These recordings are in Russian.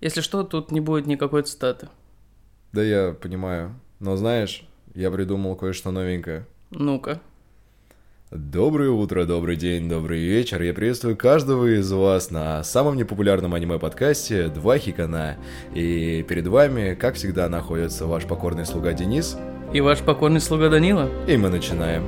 Если что, тут не будет никакой цитаты. Да я понимаю. Но знаешь, я придумал кое-что новенькое. Ну-ка. Доброе утро, добрый день, добрый вечер. Я приветствую каждого из вас на самом непопулярном аниме-подкасте «Два Хикана». И перед вами, как всегда, находится ваш покорный слуга Денис. И ваш покорный слуга Данила. И мы начинаем.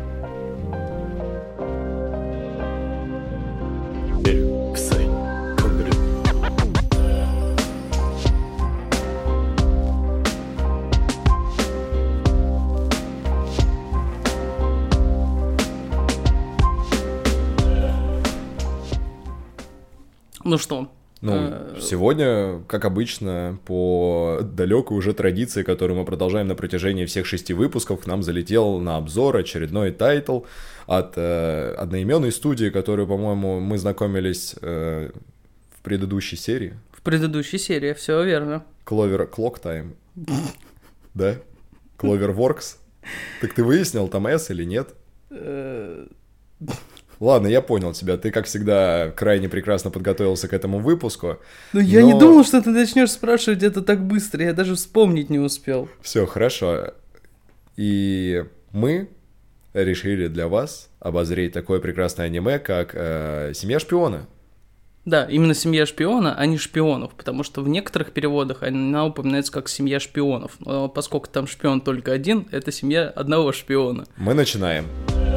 Ну что? Сегодня, как обычно, по далекой уже традиции, которую мы продолжаем на протяжении всех 6 выпусков, к нам залетел на обзор очередной тайтл от одноименной студии, которую, по-моему, мы знакомились в предыдущей серии. В предыдущей серии, все верно. Clover Clock Time. Да? Cloverworks. Так ты выяснил, там S или нет? Ладно, я понял тебя. Ты, как всегда, крайне прекрасно подготовился к этому выпуску. Я не думал, что ты начнешь спрашивать это так быстро. Я даже вспомнить не успел. Все, хорошо. И мы решили для вас обозреть такое прекрасное аниме, как «Семья шпиона». Да, именно «Семья шпиона», а не «Шпионов», потому что в некоторых переводах она упоминается как «Семья шпионов». Но поскольку там шпион только один, это семья одного шпиона. Мы начинаем.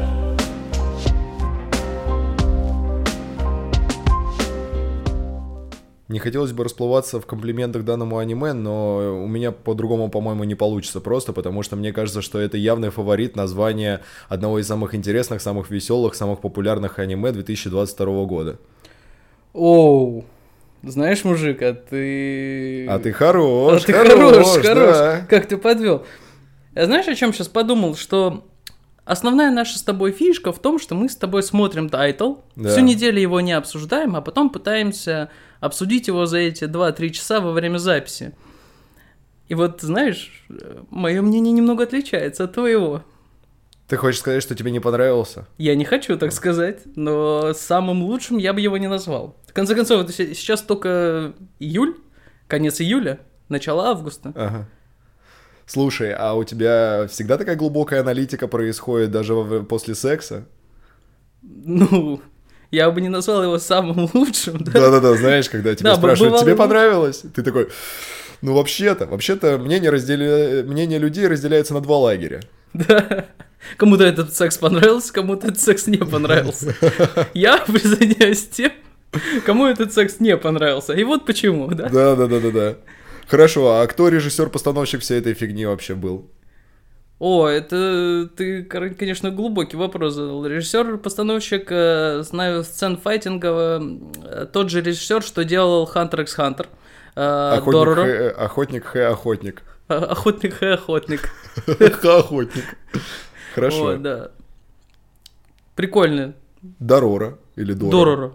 Не хотелось бы расплываться в комплиментах данному аниме, но у меня по-другому, по-моему, не получится просто, потому что мне кажется, что это явный фаворит названия одного из самых интересных, самых веселых, самых популярных аниме 2022 года. Оу, знаешь, мужик, а ты... А ты хорош, хорош. Да. Как ты подвел. Я знаешь, о чем сейчас подумал? Что основная наша с тобой фишка в том, что мы с тобой смотрим тайтл, да. Всю неделю его не обсуждаем, а потом пытаемся обсудить его за эти 2-3 часа во время записи. И вот, знаешь, мое мнение немного отличается от твоего. Ты хочешь сказать, что тебе не понравился? Я не хочу так сказать, но самым лучшим я бы его не назвал. В конце концов, это сейчас только июль, конец июля, начало августа. Ага. Слушай, а у тебя всегда такая глубокая аналитика происходит даже после секса? Ну, я бы не назвал его самым лучшим, да? Да-да-да, знаешь, когда тебя спрашивают, тебе понравилось? Ты такой, ну вообще-то мнение людей разделяется на 2 лагеря. Да, кому-то этот секс понравился, кому-то этот секс не понравился. Я присоединяюсь к тем, кому этот секс не понравился. И вот почему, да? Да. Хорошо, а кто режиссер-постановщик всей этой фигни вообще был? О, это ты, конечно, глубокий вопрос задал. Режиссер-постановщик, знаю, сцен файтинга, тот же режиссер, что делал Hunter x Hunter. Охотник. Охотник. Охотник. Хорошо. О, да. Прикольно. Дороро или Дороро?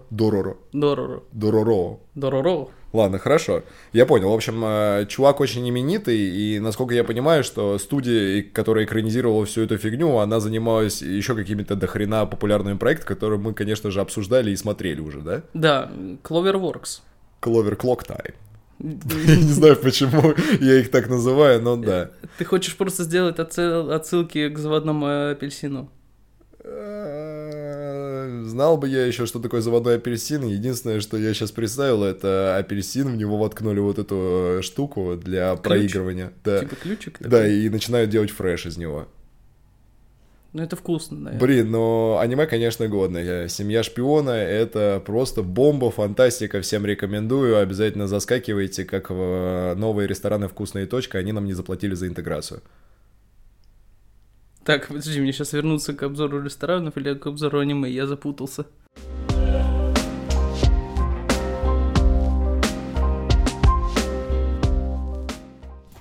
Дороро. Ладно, хорошо. Я понял. В общем, чувак очень именитый, и, насколько я понимаю, что студия, которая экранизировала всю эту фигню, она занималась еще какими-то дохрена популярными проектами, которые мы, конечно же, обсуждали и смотрели уже, да? Да, Cloverworks. Clover Clock Time. Я не знаю, почему я их так называю, но да. Ты хочешь просто сделать отсылки к заводному апельсину? Знал бы я еще, что такое заводной апельсин. Единственное, что я сейчас представил, это апельсин, в него воткнули вот эту штуку для проигрывания. Да. Типа ключик такой? Да, и начинают делать фреш из него. Ну, это вкусно, наверное. Блин, но аниме, конечно, годное. «Семья шпиона» — это просто бомба, фантастика. Всем рекомендую. Обязательно заскакивайте, как в новые рестораны «Вкусная точка». Они нам не заплатили за интеграцию. Так, подожди, мне сейчас вернуться к обзору ресторанов или к обзору аниме? Я запутался.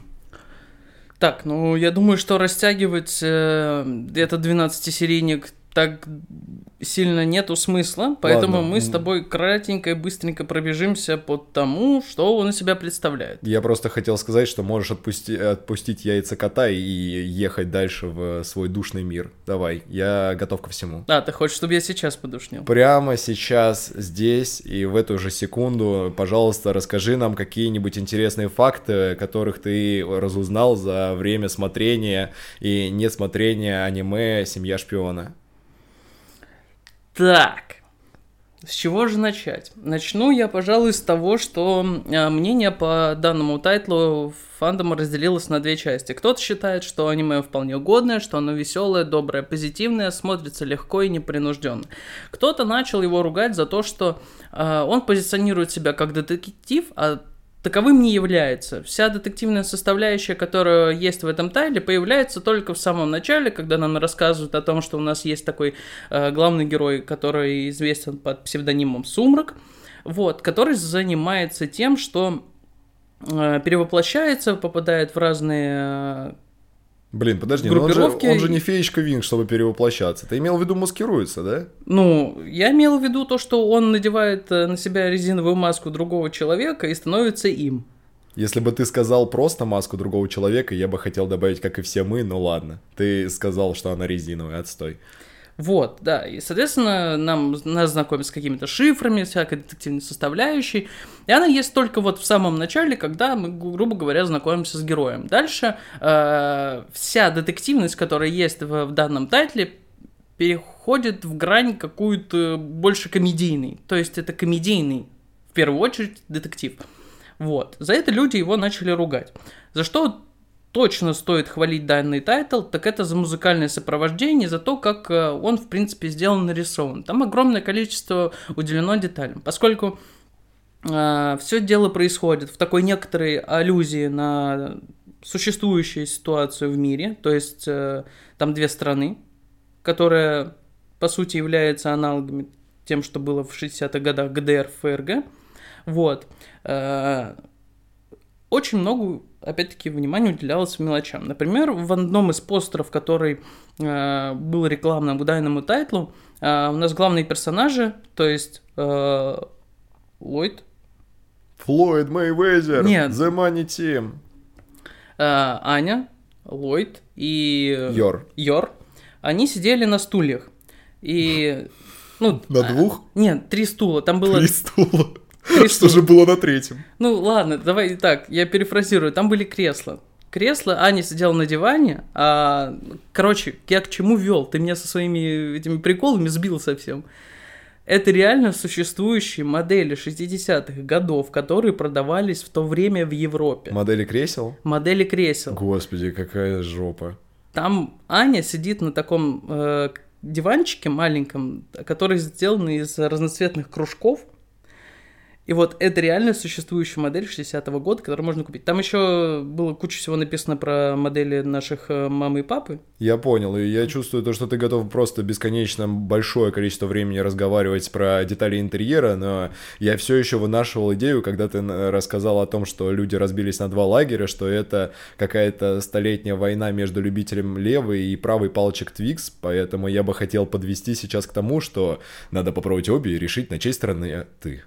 Так, ну, я думаю, что растягивать этот 12-серийник так сильно нету смысла, поэтому мы с тобой кратенько и быстренько пробежимся по тому, что он из себя представляет. Я просто хотел сказать, что можешь отпустить яйца кота и ехать дальше в свой душный мир. Давай, я готов ко всему. Ты хочешь, чтобы я сейчас подушнил? Прямо сейчас, здесь и в эту же секунду, пожалуйста, расскажи нам какие-нибудь интересные факты, которых ты разузнал за время смотрения и несмотрения аниме «Семья шпиона». Так, с чего же начать? Начну я, пожалуй, с того, что мнение по данному тайтлу фандома разделилось на две части. Кто-то считает, что аниме вполне годное, что оно веселое, доброе, позитивное, смотрится легко и непринужденно. Кто-то начал его ругать за то, что он позиционирует себя как детектив, а таковым не является. Вся детективная составляющая, которая есть в этом тайле, появляется только в самом начале, когда нам рассказывают о том, что у нас есть такой главный герой, который известен под псевдонимом Сумрак, который занимается тем, что перевоплощается, попадает в разные Блин, подожди, группировки. Он же не феечка Винкс, чтобы перевоплощаться. Ты имел в виду маскируется, да? Я имел в виду то, что он надевает на себя резиновую маску другого человека и становится им. Если бы ты сказал просто маску другого человека, я бы хотел добавить, как и все мы, но ладно. Ты сказал, что она резиновая, отстой. И, соответственно, нас знакомят с какими-то шифрами, всякой детективной составляющей, и она есть только в самом начале, когда мы, грубо говоря, знакомимся с героем. Дальше вся детективность, которая есть в данном тайтле, переходит в грань какую-то больше комедийной, то есть это комедийный, в первую очередь, детектив. За это люди его начали ругать. За что точно стоит хвалить данный тайтл, так это за музыкальное сопровождение, за то, как он, в принципе, сделан, нарисован. Там огромное количество уделено деталям, поскольку все дело происходит в такой некоторой аллюзии на существующую ситуацию в мире, то есть там две страны, которые, по сути, являются аналогами тем, что было в 60-х годах ГДР, ФРГ. Очень много, опять-таки, внимания уделялось мелочам. Например, в одном из постеров, который был рекламным к данному тайтлу, у нас главные персонажи, то есть Ллойд. Флойд Мэйвезер. Нет. The Money Team. Аня, Ллойд и Йор. Они сидели на стульях. И... на двух? Нет, 3 стула. Там было... 3 стула. Что же было на третьем? Ладно, давай так, я перефразирую. Там были кресла. Аня сидела на диване, я к чему вел? Ты меня со своими этими приколами сбил совсем. Это реально существующие модели 60-х годов, которые продавались в то время в Европе. Модели кресел? Модели кресел. Господи, какая жопа. Там Аня сидит на таком диванчике маленьком, который сделан из разноцветных кружков. И это реально существующая модель 60-го года, которую можно купить. Там еще было куча всего написано про модели наших мамы и папы. Я понял, и я чувствую то, что ты готов просто бесконечно большое количество времени разговаривать про детали интерьера, но я все еще вынашивал идею, когда ты рассказал о том, что люди разбились на 2 лагеря, что это какая-то столетняя война между любителем левой и правой палочек Твикс, поэтому я бы хотел подвести сейчас к тому, что надо попробовать обе и решить, на чьей стороне ты.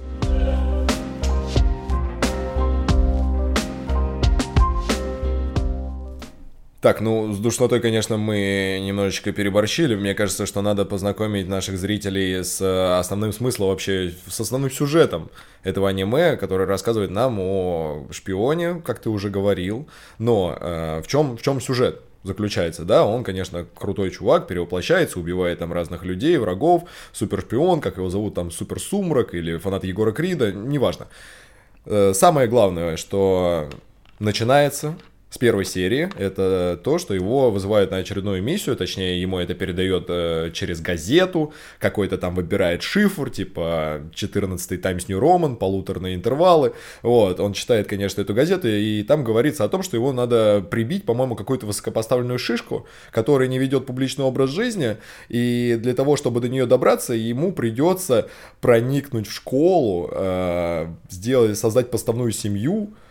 Так, с душнотой, конечно, мы немножечко переборщили. Мне кажется, что надо познакомить наших зрителей с основным смыслом вообще, с основным сюжетом этого аниме, который рассказывает нам о шпионе, как ты уже говорил. Но в чем сюжет заключается? Да, он, конечно, крутой чувак, перевоплощается, убивает там разных людей, врагов, супершпион, как его зовут, там, Суперсумрак или фанат Егора Крида, неважно. Самое главное, что начинается с первой серии, это то, что его вызывают на очередную миссию, точнее, ему это передает через газету, какой-то там выбирает шифр, типа 14-й Times New Roman, полуторные интервалы, он читает, конечно, эту газету, и там говорится о том, что его надо прибить, по-моему, какую-то высокопоставленную шишку, которая не ведет публичный образ жизни, и для того, чтобы до нее добраться, ему придется проникнуть в школу, создать поставную семью,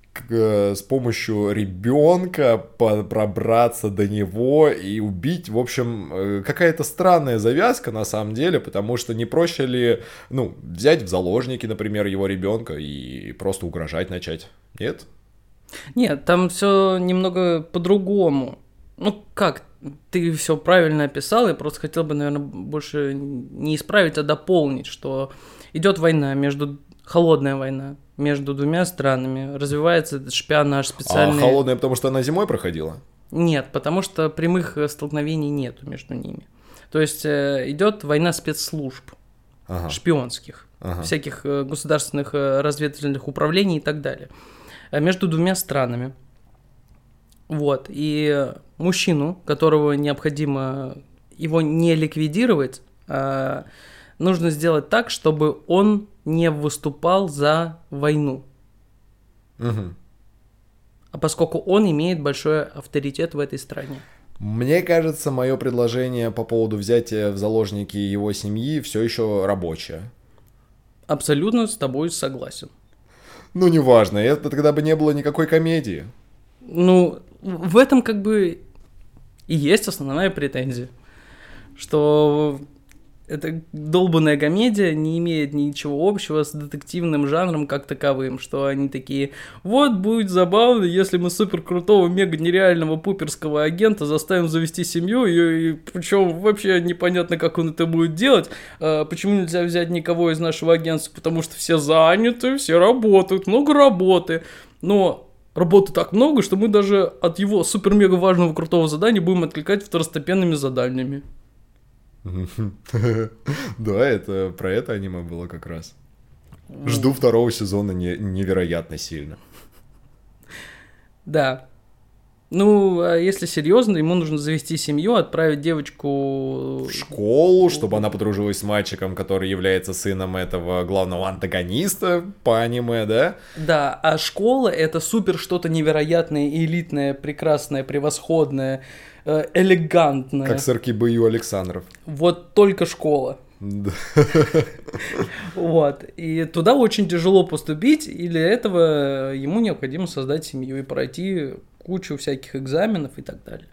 с помощью ребенка пробраться до него и убить. В общем, какая-то странная завязка на самом деле, потому что не проще ли, взять в заложники, например, его ребенка и просто угрожать начать? Нет? Нет, там все немного по-другому. Как? Ты все правильно описал, я просто хотел бы, наверное, больше не исправить, а дополнить, что идет война холодная война между двумя странами, развивается этот шпионаж специальный. А холодная, потому что она зимой проходила? Нет, потому что прямых столкновений нету между ними. То есть идет война спецслужб, шпионских, всяких государственных разведывательных управлений и так далее, между двумя странами. Вот, и мужчину, которого необходимо его не ликвидировать, нужно сделать так, чтобы он не выступал за войну. Угу. А поскольку он имеет большой авторитет в этой стране. Мне кажется, мое предложение по поводу взятия в заложники его семьи все еще рабочее. Абсолютно с тобой согласен. Неважно, это тогда бы не было никакой комедии. В этом и есть основная претензия, что эта долбанная комедия не имеет ничего общего с детективным жанром как таковым, что они такие, вот будет забавно, если мы супер крутого, мега нереального пуперского агента заставим завести семью, и причем вообще непонятно, как он это будет делать, почему нельзя взять никого из нашего агентства, потому что все заняты, все работают, много работы, но работы так много, что мы даже от его супер-мега важного крутого задания будем отвлекать второстепенными заданиями. Да, это про это аниме было как раз. Жду второго сезона невероятно сильно. Да. А если серьезно, ему нужно завести семью, отправить девочку в школу, чтобы она подружилась с мальчиком, который является сыном этого главного антагониста по аниме, да? Да, а школа — это супер что-то невероятное, элитное, прекрасное, превосходное, элегантное. Как сырки Бою Александров. Вот только школа. Да. Вот. И туда очень тяжело поступить, и для этого ему необходимо создать семью и пройти кучу всяких экзаменов и так далее.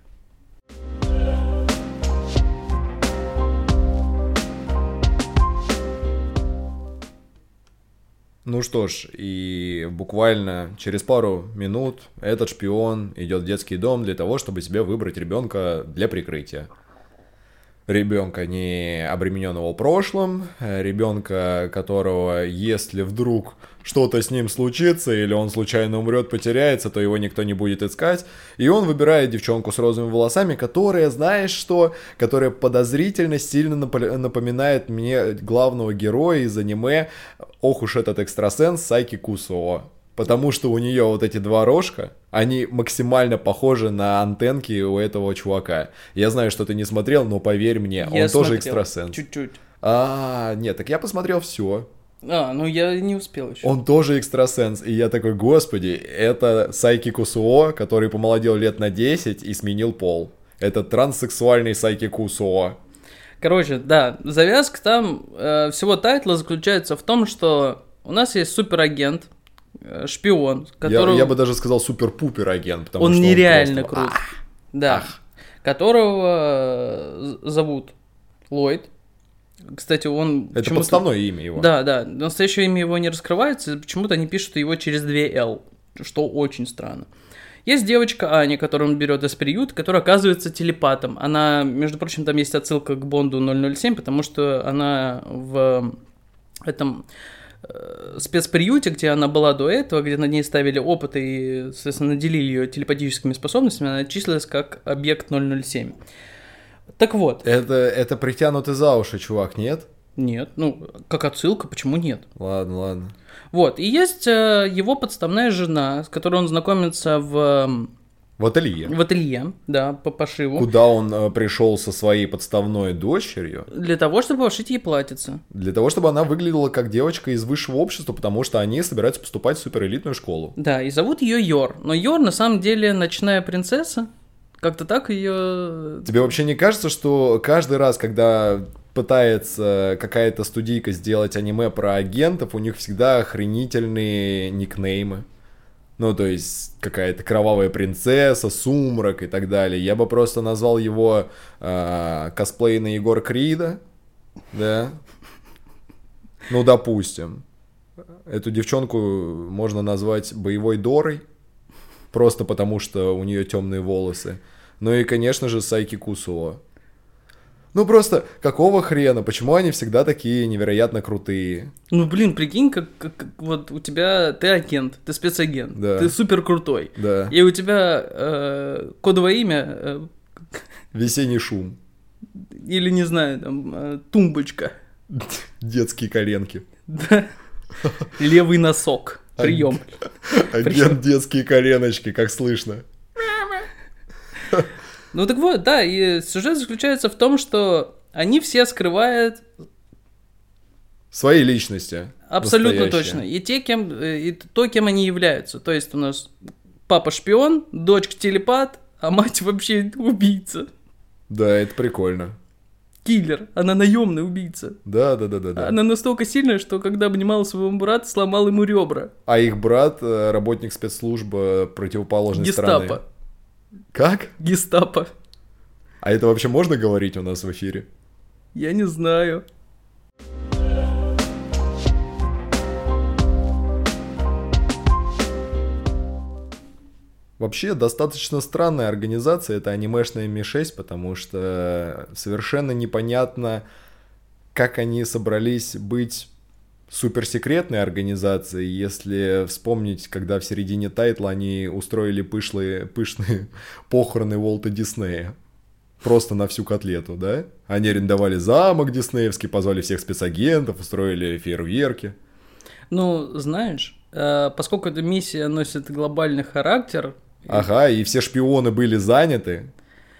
Ну что ж, и буквально через пару минут этот шпион идет в детский дом для того, чтобы себе выбрать ребенка для прикрытия. Ребенка не обремененного прошлым, ребенка, которого, если вдруг что-то с ним случится, или он случайно умрет, потеряется, то его никто не будет искать. И он выбирает девчонку с розовыми волосами, которая, знаешь что, которая подозрительно сильно напоминает мне главного героя из аниме «Ох уж этот экстрасенс» Сайки Кусуо. Потому что у нее вот эти два рожка, они максимально похожи на антенки у этого чувака. Я знаю, что ты не смотрел, но поверь мне, он тоже экстрасенс. Чуть-чуть. Нет, так я посмотрел все. Я не успел еще. Он тоже экстрасенс, и я такой, господи, это Сайки Кусуо, который помолодел лет на 10 и сменил пол. Это транссексуальный Сайки Кусуо. Короче, да, завязка там всего тайтла заключается в том, что у нас есть суперагент, шпион, который... Я бы даже сказал супер-пупер агент, потому он что нереально он просто... крут. Да. Которого зовут Ллойд. Кстати, он... Это подставное имя его. Да. Настоящее имя его не раскрывается, почему-то они пишут его через 2 «Л», что очень странно. Есть девочка Аня, которую он берет из приюта, которая оказывается телепатом. Она, между прочим, там есть отсылка к Бонду 007, потому что она в этом спецприюте, где она была до этого, где над ней ставили опыты и, соответственно, наделили ее телепатическими способностями, она числилась как объект 007. Так вот. Это притянутый за уши, чувак, нет? Нет, как отсылка, почему нет? Ладно. Вот, и есть его подставная жена, с которой он знакомится в ателье. В ателье, да, по пошиву. Куда он пришел со своей подставной дочерью. Для того, чтобы пошить ей платьице. Для того, чтобы она выглядела как девочка из высшего общества, потому что они собираются поступать в суперэлитную школу. Да, и зовут ее Йор. Но Йор на самом деле ночная принцесса. Как-то так ее... Тебе вообще не кажется, что каждый раз, когда пытается какая-то студийка сделать аниме про агентов, у них всегда охренительные никнеймы? Ну, то есть, какая-то кровавая принцесса, сумрак и так далее. Я бы просто назвал его косплей на Егора Крида, да. Ну, допустим. Эту девчонку можно назвать боевой Дорой, просто потому что у нее темные волосы. Ну и, конечно же, Сайки Кусуо. Ну просто, какого хрена? Почему они всегда такие невероятно крутые? Ну, блин, прикинь, как вот у тебя... Ты агент, ты спецагент, Да. ты супер крутой. Да. И у тебя кодовое имя... Весенний шум. Или, не знаю, там, тумбочка. Детские коленки. Да. Левый носок. Прием. Агент детские коленочки, как слышно. Ну так вот, да, и сюжет заключается в том, что они все скрывают... Свои личности. Абсолютно точно. И то, кем они являются. То есть у нас папа шпион, дочка телепат, а мать вообще убийца. Да, это прикольно. Киллер, она наемная убийца. Да. Она настолько сильная, что когда обнимала своего брата, сломал ему ребра. А их брат работник спецслужбы противоположной стороны. Гестапо. Как? Гестапо. А это вообще можно говорить у нас в эфире? Я не знаю. Вообще, достаточно странная организация, это анимешная Ми-6, потому что совершенно непонятно, как они собрались быть суперсекретной организацией, если вспомнить, когда в середине тайтла они устроили пышные похороны Уолта Диснея. Просто на всю котлету, да? Они арендовали замок диснеевский, позвали всех спецагентов, устроили фейерверки. Ну, знаешь, поскольку эта миссия носит глобальный характер... Ага, и все шпионы были заняты.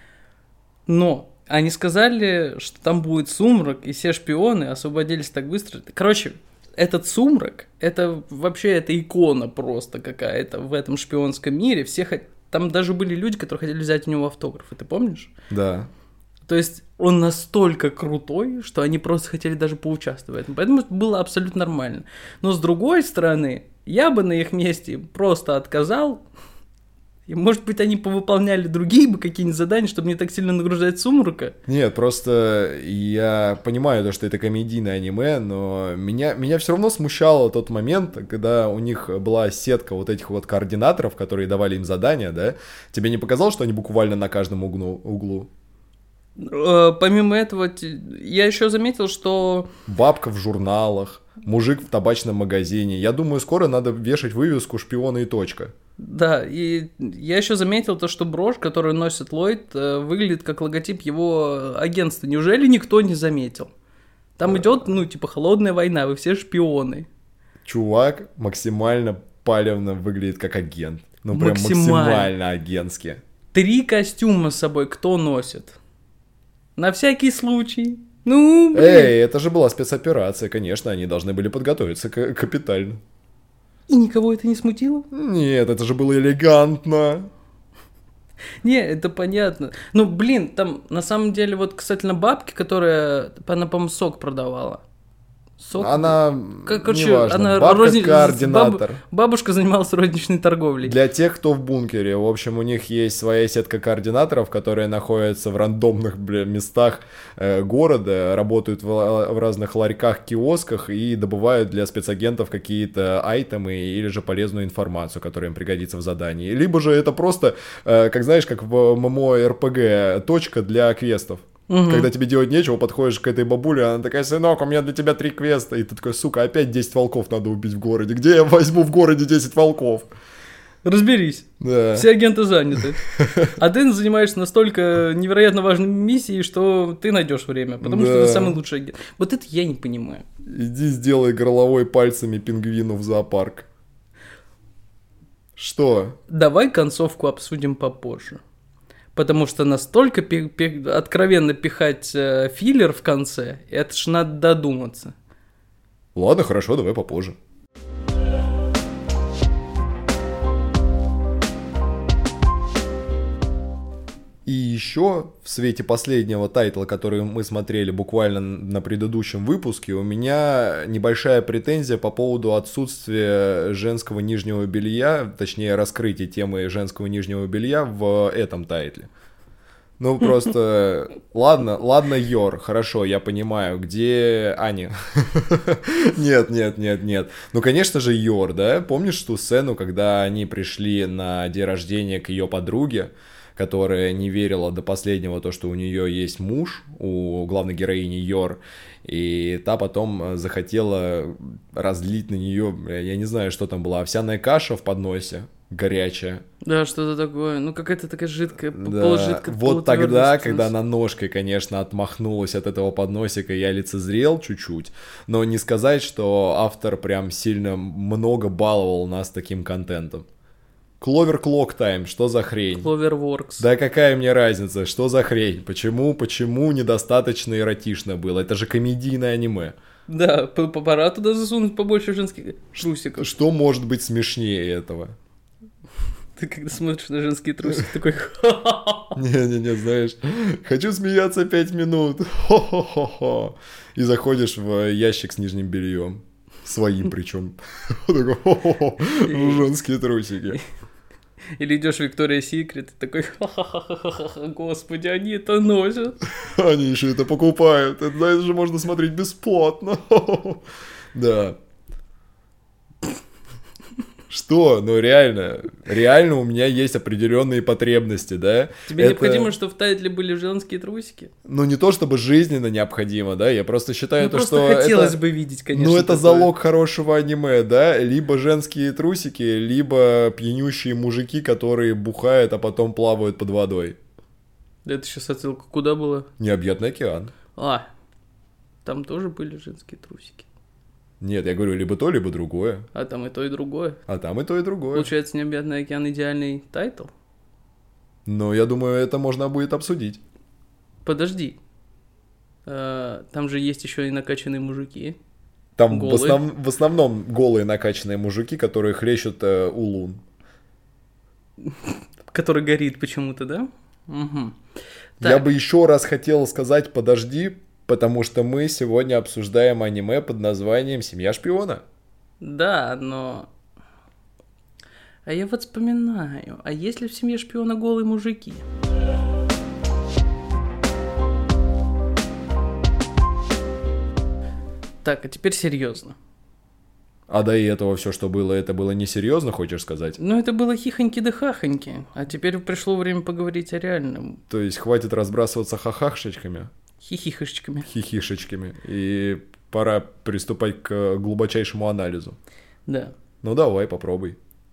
Но они сказали, что там будет сумрак, и все шпионы освободились так быстро. Короче, этот сумрак, это вообще это икона просто какая-то в этом шпионском мире. Там даже были люди, которые хотели взять у него автографы, ты помнишь? Да. То есть он настолько крутой, что они просто хотели даже поучаствовать в этом. Поэтому это было абсолютно нормально. Но с другой стороны, я бы на их месте просто отказал. И, может быть, они повыполняли другие бы какие-нибудь задания, чтобы не так сильно нагружать сумрака? Нет, просто я понимаю то, что это комедийное аниме, но меня все равно смущало тот момент, когда у них была сетка вот этих вот координаторов, которые давали им задания, да? Тебе не показалось, что они буквально на каждом углу? Помимо этого, я еще заметил, что... Бабка в журналах, мужик в табачном магазине. Я думаю, скоро надо вешать вывеску «Шпионы и точка». Да, и я еще заметил то, что брошь, которую носит Ллойд, выглядит как логотип его агентства. Неужели никто не заметил? Там идет, холодная война, вы все шпионы. Чувак максимально палевно выглядит как агент. Прям максимально агентски. 3 костюма с собой кто носит? На всякий случай. Блин. Эй, это же была спецоперация, конечно, они должны были подготовиться капитально. И никого это не смутило? Нет, это же было элегантно. Не, это понятно. Там на самом деле вот касательно бабки, которая, она, по-моему, сок продавала. Сок? Она, неважно, она бабка-координатор. Бабушка занималась розничной торговлей. Для тех, кто в бункере, в общем, у них есть своя сетка координаторов, которые находятся в рандомных местах города, работают в разных ларьках, киосках и добывают для спецагентов какие-то айтемы или же полезную информацию, которая им пригодится в задании. Либо же это просто, как знаешь, как в MMORPG, точка для квестов. Угу. Когда тебе делать нечего, подходишь к этой бабуле, она такая: сынок, у меня для тебя 3 квеста. И ты такой: сука, опять 10 волков надо убить в городе. Где я возьму в городе 10 волков? Разберись. Да. Все агенты заняты. А ты занимаешься настолько невероятно важной миссией, что ты найдешь время, потому что ты самый лучший агент. Вот это я не понимаю. Иди сделай горловой пальцами пингвину в зоопарк. Что? Давай концовку обсудим попозже. Потому что настолько откровенно пихать филлер в конце, это ж надо додуматься. Ладно, хорошо, давай попозже. И еще в свете последнего тайтла, который мы смотрели буквально на предыдущем выпуске, у меня небольшая претензия по поводу отсутствия женского нижнего белья, точнее раскрытия темы женского нижнего белья в этом тайтле. Ну, просто, ладно, Йор, хорошо, я понимаю, где Аня? Нет. Ну, конечно же, Йор, да? Помнишь ту сцену, когда они пришли на день рождения к ее подруге, которая не верила до последнего то, что у нее есть муж, у главной героини Йор, и та потом захотела разлить на нее, я не знаю, что там была, овсяная каша в подносе, горячая. Да, что-то такое. Ну, какая-то такая жидкая, да. полужидкая. Вот тогда, когда она ножкой, конечно, отмахнулась от этого подносика, я лицезрел чуть-чуть. Но не сказать, что автор прям сильно много баловал нас таким контентом. Clover Clock Time, что за хрень? Cloverworks. Да какая мне разница, что за хрень? Почему недостаточно эротично было? Это же комедийное аниме. Да, пора туда засунуть побольше женских трусиков. Что может быть смешнее этого? Ты когда смотришь на женские трусики, такой... Не, знаешь, хочу смеяться 5 минут. Хо-хо-хо-хо. И заходишь в ящик с нижним бельем. Своим причем. Женские трусики. Или идешь в Victoria's Secret и такой, господи, они это носят. Они еще это покупают. Это же можно смотреть бесплатно. Да. Что? Ну реально у меня есть определенные потребности, да? Тебе необходимо, чтобы в тайтле были женские трусики? Ну не то чтобы жизненно необходимо, да, я просто считаю, что что хотелось бы видеть, конечно. Ну это залог хорошего аниме, да, либо женские трусики, либо пьянющие мужики, которые бухают, а потом плавают под водой. Это сейчас отсылка куда была? Необъятный океан. Там тоже были женские трусики. Нет, я говорю, либо то, либо другое. А там и то, и другое. Получается, «Необъятный океан» идеальный тайтл? Ну, я думаю, это можно будет обсудить. Подожди. Там же есть еще и накачанные мужики. Там в основном голые накачанные мужики, которые хлещут улун. Который горит почему-то, да? Угу. Я бы еще раз хотел сказать «подожди», потому что мы сегодня обсуждаем аниме под названием «Семья шпиона». Да, но... А я вот вспоминаю, а есть ли в «Семье шпиона» голые мужики? Так, а теперь серьезно. А до этого все, что было, это было несерьезно, хочешь сказать? Ну, это было хихоньки да хахоньки, а теперь пришло время поговорить о реальном. То есть хватит разбрасываться хахахшечками? Хихишечками. И пора приступать к глубочайшему анализу. Да. Ну давай, попробуй.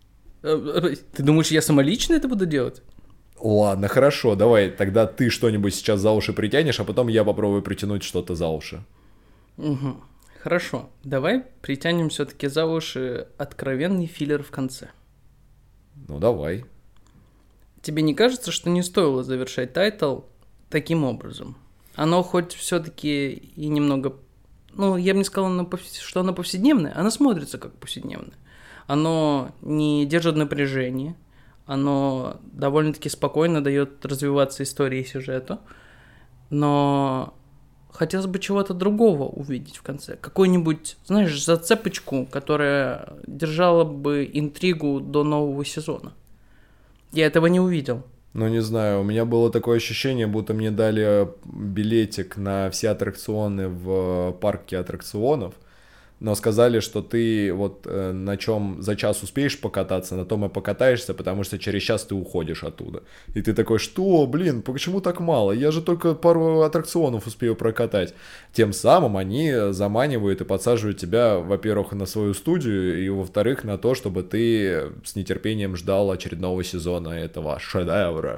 Ты думаешь, я самолично это буду делать? Ладно, хорошо, давай, тогда ты что-нибудь сейчас за уши притянешь, а потом я попробую притянуть что-то за уши. Угу. Хорошо, давай притянем все-таки за уши откровенный филлер в конце. Ну давай. Тебе не кажется, что не стоило завершать тайтл таким образом? Оно хоть все-таки и немного... Ну, я бы не сказал, что оно повседневное. Оно смотрится как повседневное. Оно не держит напряжение. Оно довольно-таки спокойно дает развиваться истории и сюжету. Но хотелось бы чего-то другого увидеть в конце. Какую-нибудь, знаешь, зацепочку, которая держала бы интригу до нового сезона. Я этого не увидел. Ну, не знаю, у меня было такое ощущение, будто мне дали билетик на все аттракционы в парке аттракционов, но сказали, что ты вот на чем за час успеешь покататься, на том и покатаешься, потому что через час ты уходишь оттуда. И ты такой, что, блин, почему так мало? Я же только пару аттракционов успею прокатать. Тем самым они заманивают и подсаживают тебя, во-первых, на свою студию, и, во-вторых, на то, чтобы ты с нетерпением ждал очередного сезона этого шедевра.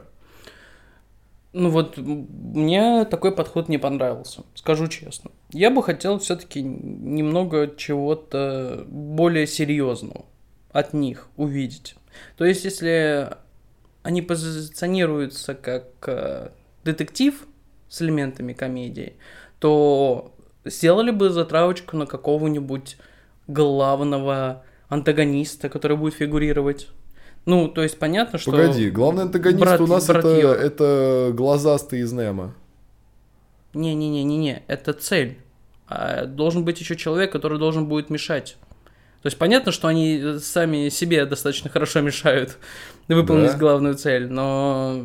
Ну вот, мне такой подход не понравился, скажу честно. Я бы хотел все-таки немного чего-то более серьезного от них увидеть. То есть, если они позиционируются как детектив с элементами комедии, то сделали бы затравочку на какого-нибудь главного антагониста, который будет фигурировать. Ну, то есть понятно, что... Погоди, главный антагонист у нас это глазастый из Немо. Не-не-не-не-не, это цель. Должен быть еще человек, который должен будет мешать. То есть понятно, что они сами себе достаточно хорошо мешают выполнить главную цель, но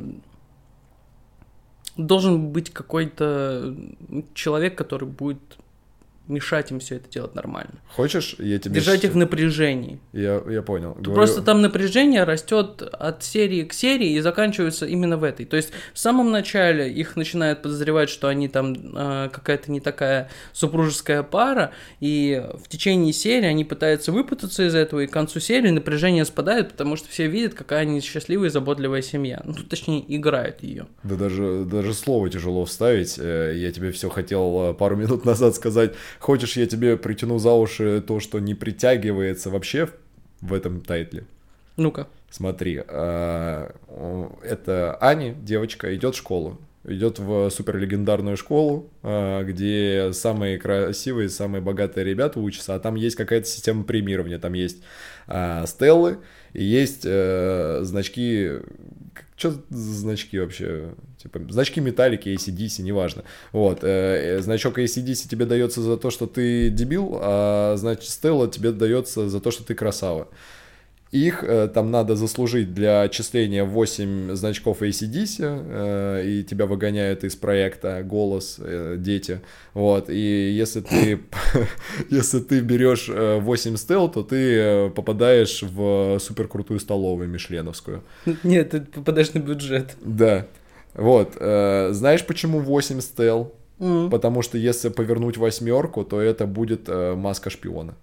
должен быть какой-то человек, который будет мешать им все это делать нормально. Хочешь, я тебе... Держать их в напряжении. Я понял. Просто там напряжение растет от серии к серии и заканчивается именно в этой. То есть в самом начале их начинают подозревать, что они там какая-то не такая супружеская пара, и в течение серии они пытаются выпутаться из этого, и к концу серии напряжение спадает, потому что все видят, какая они счастливая и заботливая семья. Ну, точнее, играют ее. Да даже слово тяжело вставить. Я тебе все хотел пару минут назад сказать. Хочешь, я тебе притяну за уши то, что не притягивается вообще в этом тайтле? Ну-ка. Смотри, это Аня, девочка, идет в школу. Идет в суперлегендарную школу, где самые красивые, самые богатые ребята учатся, а там есть какая-то система премирования. Там есть стеллы и есть значки... Что за значки вообще? Типа, значки металлики, AC/DC, неважно. Вот. Значок AC/DC тебе дается за то, что ты дебил, а значит Стелла тебе дается за то, что ты красава. Их там надо заслужить для отчисления 8 значков AC/DC, и тебя выгоняют из проекта «Голос», дети. Вот. И если ты берешь 8 стел, то ты попадаешь в суперкрутую столовую мишленовскую. Нет, ты попадаешь на бюджет. Да. Вот. Знаешь, почему 8 стел? Потому что если повернуть 8, то это будет маска шпиона.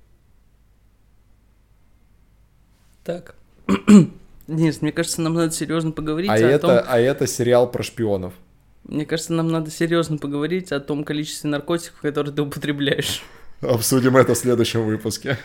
Так. Денис, мне кажется, нам надо серьезно поговорить А это сериал про шпионов. Мне кажется, нам надо серьезно поговорить о том количестве наркотиков, которые ты употребляешь. Обсудим это в следующем выпуске.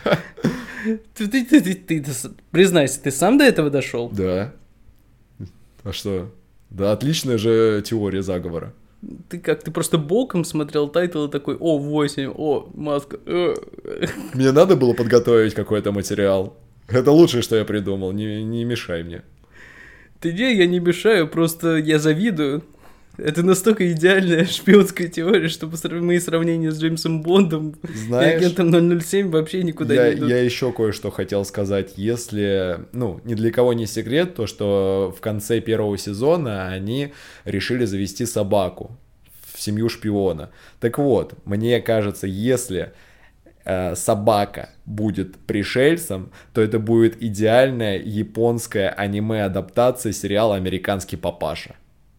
Ты признайся, ты сам до этого дошел? Да. А что? Да, отличная же теория заговора. Ты просто боком смотрел тайтл и такой: о, 8, о, маска. Мне надо было подготовить какой-то материал. Это лучшее, что я придумал, не мешай мне. Я не мешаю, просто я завидую. Это настолько идеальная шпионская теория, что мои сравнения с Джеймсом Бондом и агентом 007 вообще никуда не идут. Я еще кое-что хотел сказать. Если, ни для кого не секрет, то что в конце 1 сезона они решили завести собаку в семью шпиона. Так вот, мне кажется, если собака будет пришельцем, то это будет идеальная японская аниме-адаптация сериала «Американский папаша».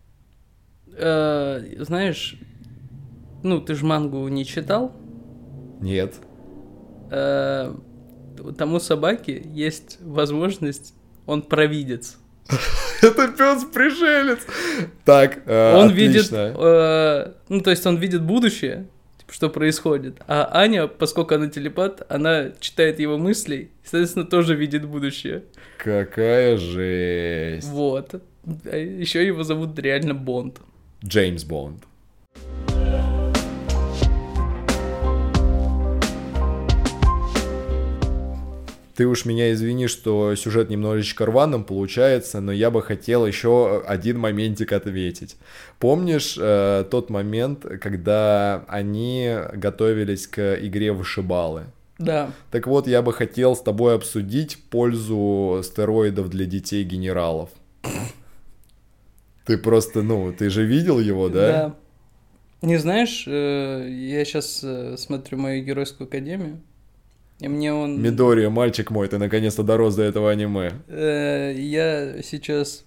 Знаешь, ты же мангу не читал? Нет. Тому собаке есть возможность, он провидец. Это пес-пришелец. Так, он отлично. Видит, то есть он видит будущее, что происходит. А Аня, поскольку она телепат, она читает его мысли, и, соответственно, тоже видит будущее. Какая жесть. Вот. Еще его зовут реально Бонд. Джеймс Бонд. Ты уж меня извини, что сюжет немножечко рваным получается, но я бы хотел еще один моментик ответить. Помнишь тот момент, когда они готовились к игре вышибалы? Да. Так вот, я бы хотел с тобой обсудить пользу стероидов для детей-генералов. Ты просто, ты же видел его, да? Да. Не знаешь, я сейчас смотрю мою геройскую академию, и мне он... Мидория, мальчик мой, ты наконец-то дорос до этого аниме. Я сейчас...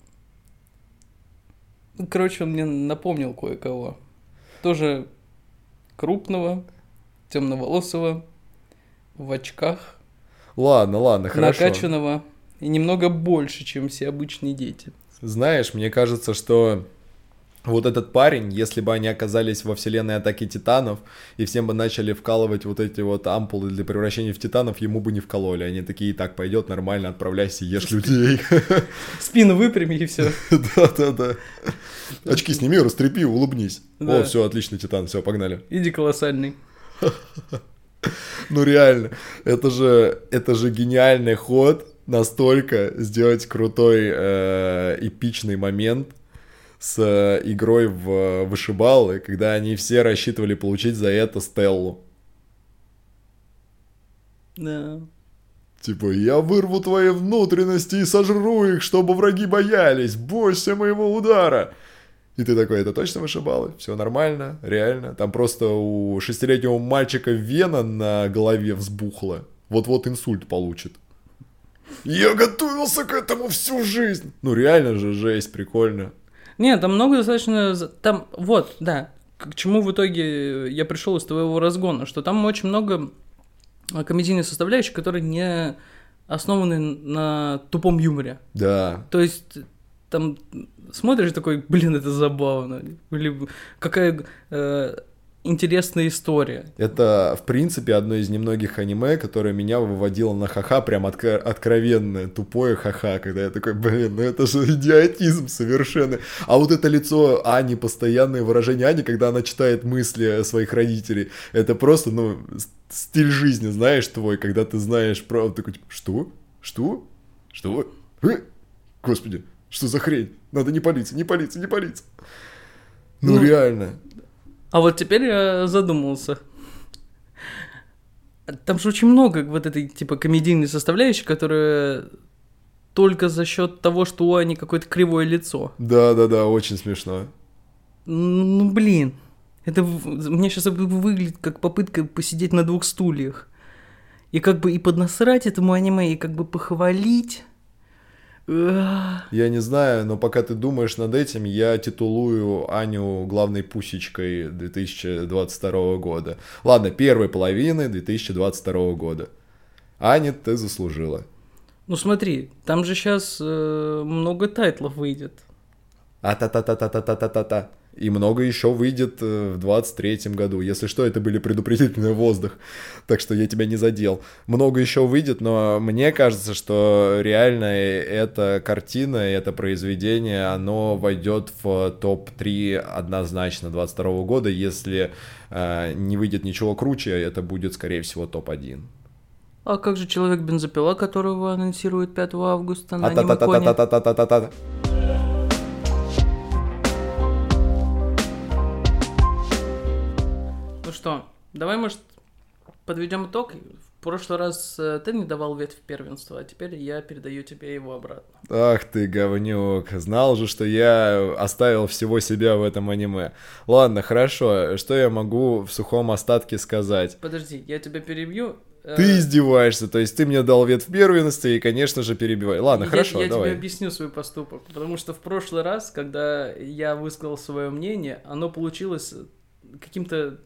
Короче, он мне напомнил кое-кого. Тоже крупного, темноволосого, в очках. Ладно, хорошо. Накачанного и немного больше, чем все обычные дети. Знаешь, мне кажется, что вот этот парень, если бы они оказались во вселенной Атаки Титанов, и всем бы начали вкалывать вот эти вот ампулы для превращения в титанов, ему бы не вкололи. Они такие: так, пойдет, нормально, отправляйся, ешь людей. Спину выпрями и все. Да. Очки сними, растрепи, улыбнись. О, все, отлично, титан, все, погнали. Иди колоссальный. Ну реально, это же гениальный ход. настолько сделать крутой эпичный момент с игрой в вышибалы, когда они все рассчитывали получить за это Стеллу. Да. Типа, я вырву твои внутренности и сожру их, чтобы враги боялись, бойся моего удара. И ты такой, это точно вышибалы? Все нормально, реально. Там просто у 6-летнего мальчика вена на голове взбухла. Вот-вот инсульт получит. Я готовился к этому всю жизнь. Ну реально же жесть, прикольно. Нет, там много достаточно... Там, вот, да, к чему в итоге я пришел из твоего разгона, что там очень много комедийных составляющих, которые не основаны на тупом юморе. Да. То есть там смотришь такой, блин, это забавно, или какая интересная история. Это, в принципе, одно из немногих аниме, которое меня выводило на ха-ха, прям откровенное, тупое ха-ха, когда я такой, блин, ну это же идиотизм совершенно. А вот это лицо Ани, постоянное выражение Ани, когда она читает мысли своих родителей, это просто, ну, стиль жизни, знаешь, твой, когда ты знаешь правду, такой, типа, что? Что? Что? Господи, что за хрень? Надо не палиться, не палиться, не палиться. Ну реально. А вот теперь я задумался. Там же очень много вот этой, типа, комедийной составляющей, которая только за счет того, что у Ани какое-то кривое лицо. Да-да-да, очень смешно. Ну, блин. Это мне сейчас выглядит как попытка посидеть на двух стульях. И как бы и поднасрать этому аниме, и как бы похвалить. Я не знаю, но пока ты думаешь над этим, я титулую Аню главной пусечкой 2022 года. Ладно, первой половины 2022 года. Аня, ты заслужила. Ну смотри, там же сейчас много тайтлов выйдет. А-та-та-та-та-та-та-та-та. И много еще выйдет в 23-м году. Если что, это были предупредительный воздух. Так что я тебя не задел. Много еще выйдет, но мне кажется, что реально эта картина, это произведение, оно войдет в топ-3 однозначно 22 года. Если не выйдет ничего круче, это будет, скорее всего, топ-1. А как же Человек-бензопила, которого анонсируют 5 августа на аниме-коне? Ну что, давай, может, подведем итог. В прошлый раз ты не давал ветвь первенства, а теперь я передаю тебе его обратно. Ах ты, говнюк, знал же, что я оставил всего себя в этом аниме. Ладно, хорошо, что я могу в сухом остатке сказать? Подожди, я тебя перебью. Ты издеваешься, то есть ты мне дал ветвь первенства и, конечно же, перебивай. Ладно, хорошо, я давай. тебе объясню свой поступок, потому что в прошлый раз, когда я высказал свое мнение, оно получилось каким-то...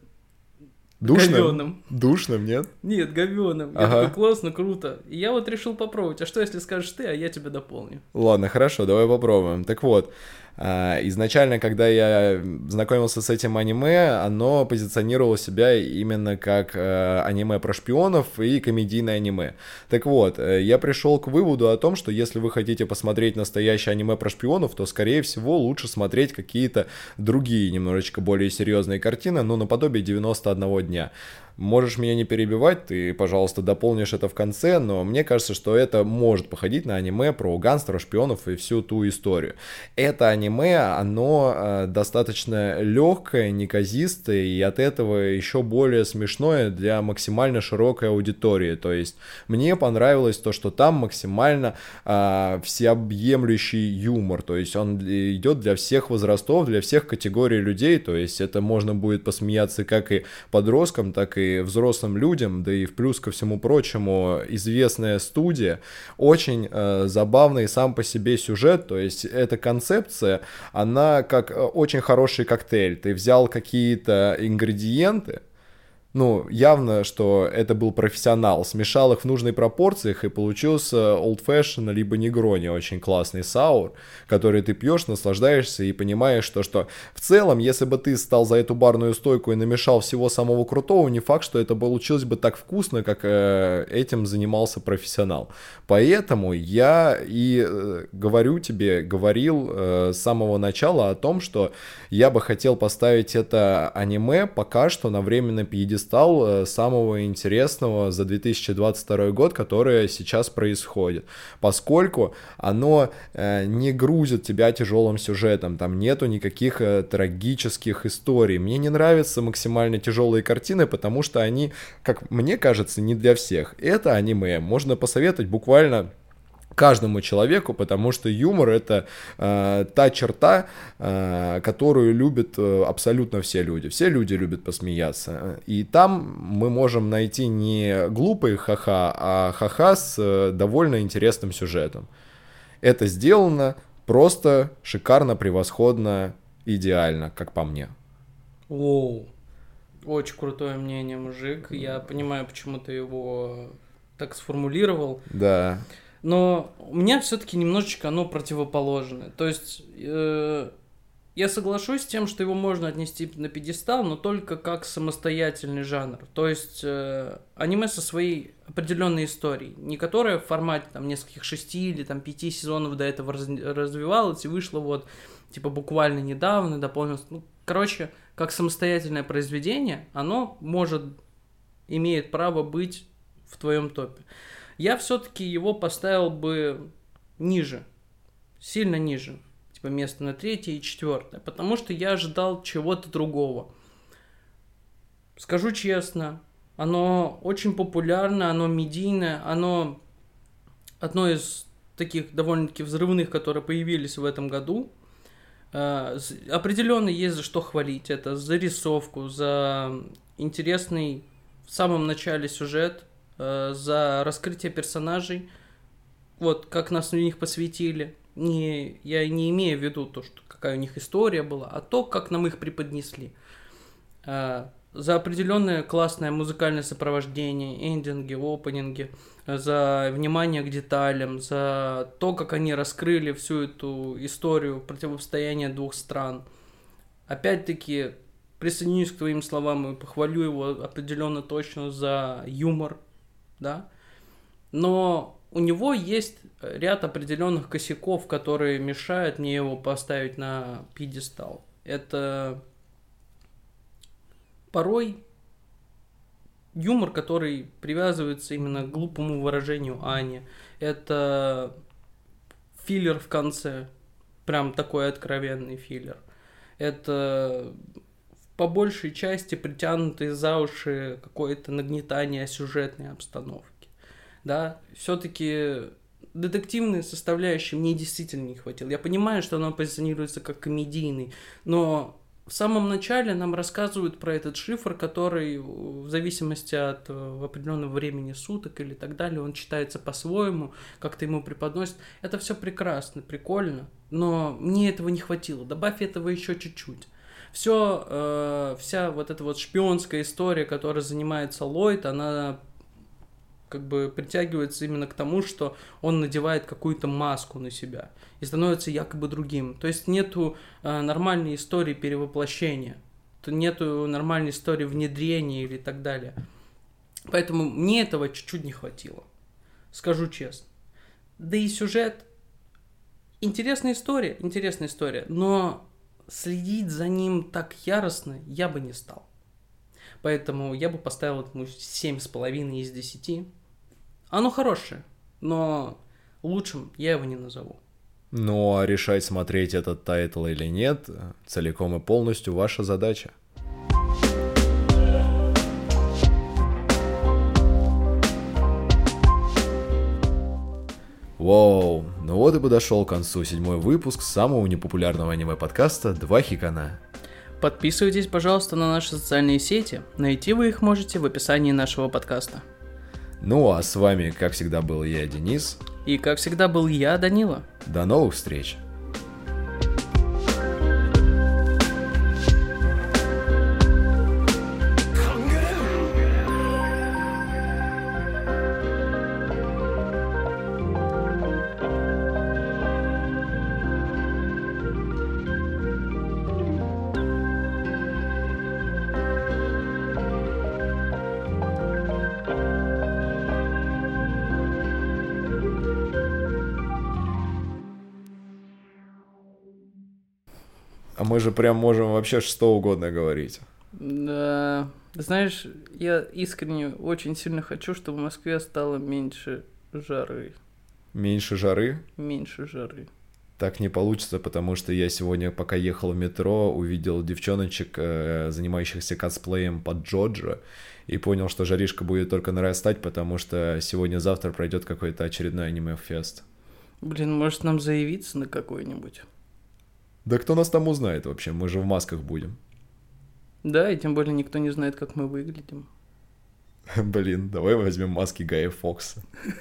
Душным? Душным, нет? Нет, говёным. Я такой, классно, круто. И я вот решил попробовать. А что, если скажешь ты, а я тебя дополню? Ладно, хорошо, давай попробуем. Так вот, изначально, когда я знакомился с этим аниме, оно позиционировало себя именно как аниме про шпионов и комедийное аниме. Так вот, я пришел к выводу о том, что если вы хотите посмотреть настоящее аниме про шпионов, то, скорее всего, лучше смотреть какие-то другие, немножечко более серьезные картины, ну, наподобие 91 дня. Можешь меня не перебивать, ты, пожалуйста, дополнишь это в конце, но мне кажется, что это может походить на аниме про гангстеров, шпионов и всю ту историю. Это аниме, оно достаточно легкое, неказистое и от этого еще более смешное для максимально широкой аудитории. То есть мне понравилось то, что там максимально всеобъемлющий юмор, то есть он идет для всех возрастов, для всех категорий людей, то есть это можно будет посмеяться как и подросткам, так и взрослым людям, да и в плюс ко всему прочему известная студия, очень забавный сам по себе сюжет, то есть эта концепция, она как очень хороший коктейль, ты взял какие-то ингредиенты, ну, явно, что это был профессионал, смешал их в нужной пропорциях и получился Old Fashion либо Negroni, очень классный саур, который ты пьешь, наслаждаешься и понимаешь, что в целом, если бы ты стал за эту барную стойку и намешал всего самого крутого, не факт, что это получилось бы так вкусно, как этим занимался профессионал. Поэтому я и говорил с самого начала о том, что я бы хотел поставить это аниме пока что на временный пьедестал пьедестал самого интересного за 2022 год, которое сейчас происходит, поскольку оно не грузит тебя тяжелым сюжетом, там нету никаких трагических историй. Мне не нравятся максимально тяжелые картины, потому что они, как мне кажется, не для всех. Это аниме можно посоветовать буквально каждому человеку, потому что юмор — это та черта, которую любят абсолютно все люди. Все люди любят посмеяться. И там мы можем найти не глупый ха-ха, а ха-ха с довольно интересным сюжетом. Это сделано просто шикарно, превосходно, идеально, как по мне. Воу. Очень крутое мнение, мужик. Я понимаю, почему ты его так сформулировал. Да. Но у меня все-таки немножечко оно противоположное. То есть я соглашусь с тем, что его можно отнести на пьедестал, но только как самостоятельный жанр. То есть аниме со своей определенной историей, не которая в формате там нескольких 6 или там 5 сезонов до этого развивалась и вышла вот типа буквально недавно, дополнилось. Ну, короче, как самостоятельное произведение, оно имеет право быть в твоем топе. Я все-таки его поставил бы ниже, сильно ниже, типа место на 3-е и 4-е, потому что я ожидал чего-то другого. Скажу честно, оно очень популярно, оно медийное, оно одно из таких довольно-таки взрывных, которые появились в этом году. Определенно есть за что хвалить. Это за рисовку, за интересный в самом начале сюжет, за раскрытие персонажей, вот как нас в них посвятили. Я не имею в виду то, что какая у них история была, а то, как нам их преподнесли. За определенное классное музыкальное сопровождение, эндинги, опенинги, за внимание к деталям, за то, как они раскрыли всю эту историю противостояния двух стран. Опять-таки, присоединюсь к твоим словам и похвалю его определенно точно за юмор, да. Но у него есть ряд определенных косяков, которые мешают мне его поставить на пьедестал. Это порой юмор, который привязывается именно к глупому выражению Ани. Это филлер в конце, прям такой откровенный филлер. Это по большей части притянутый за уши какое-то нагнетание сюжетной обстановки. Да, все-таки детективной составляющей мне действительно не хватило. Я понимаю, что она позиционируется как комедийный, но в самом начале нам рассказывают про этот шифр, который в зависимости от определенного времени суток или так далее, он читается по-своему, как-то ему преподносят. Это все прекрасно, прикольно, но мне этого не хватило. Добавь этого еще чуть-чуть. Вся вот эта вот шпионская история, которой занимается Ллойд, она как бы притягивается именно к тому, что он надевает какую-то маску на себя и становится якобы другим. То есть нету нормальной истории перевоплощения, нету нормальной истории внедрения или так далее. Поэтому мне этого чуть-чуть не хватило, скажу честно. Да и сюжет, интересная история, но следить за ним так яростно я бы не стал. Поэтому я бы поставил ему 7,5 из 10. Оно хорошее, но лучшим я его не назову. Ну, а решать, смотреть этот тайтл или нет, целиком и полностью ваша задача. Воу, ну вот и подошел к концу 7-й выпуск самого непопулярного аниме-подкаста «Два Хикана». Подписывайтесь, пожалуйста, на наши социальные сети. Найти вы их можете в описании нашего подкаста. Ну а с вами, как всегда, был я, Денис. И, как всегда, был я, Данила. До новых встреч! А мы же прям можем вообще что угодно говорить. Да. Знаешь, я искренне очень сильно хочу, чтобы в Москве стало меньше жары. Меньше жары? Меньше жары. Так не получится, потому что я сегодня, пока ехал в метро, увидел девчоночек, занимающихся косплеем под Джоджо, и понял, что жаришка будет только нарастать, потому что сегодня-завтра пройдет какой-то очередной аниме-фест. Блин, может нам заявиться на какой-нибудь? Да кто нас там узнает вообще? Мы же в масках будем. Да, и тем более никто не знает, как мы выглядим. Блин, давай возьмем маски Гая Фокса.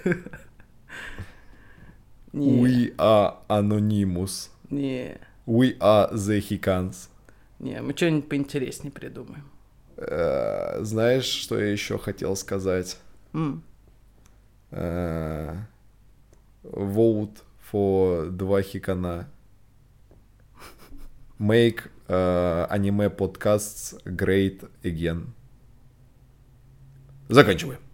We are Anonymous. Не. We are the Hikans. Не, мы что-нибудь поинтереснее придумаем. Знаешь, что я еще хотел сказать? Vote for 2 хикана. Make anime podcasts great again. Заканчиваем.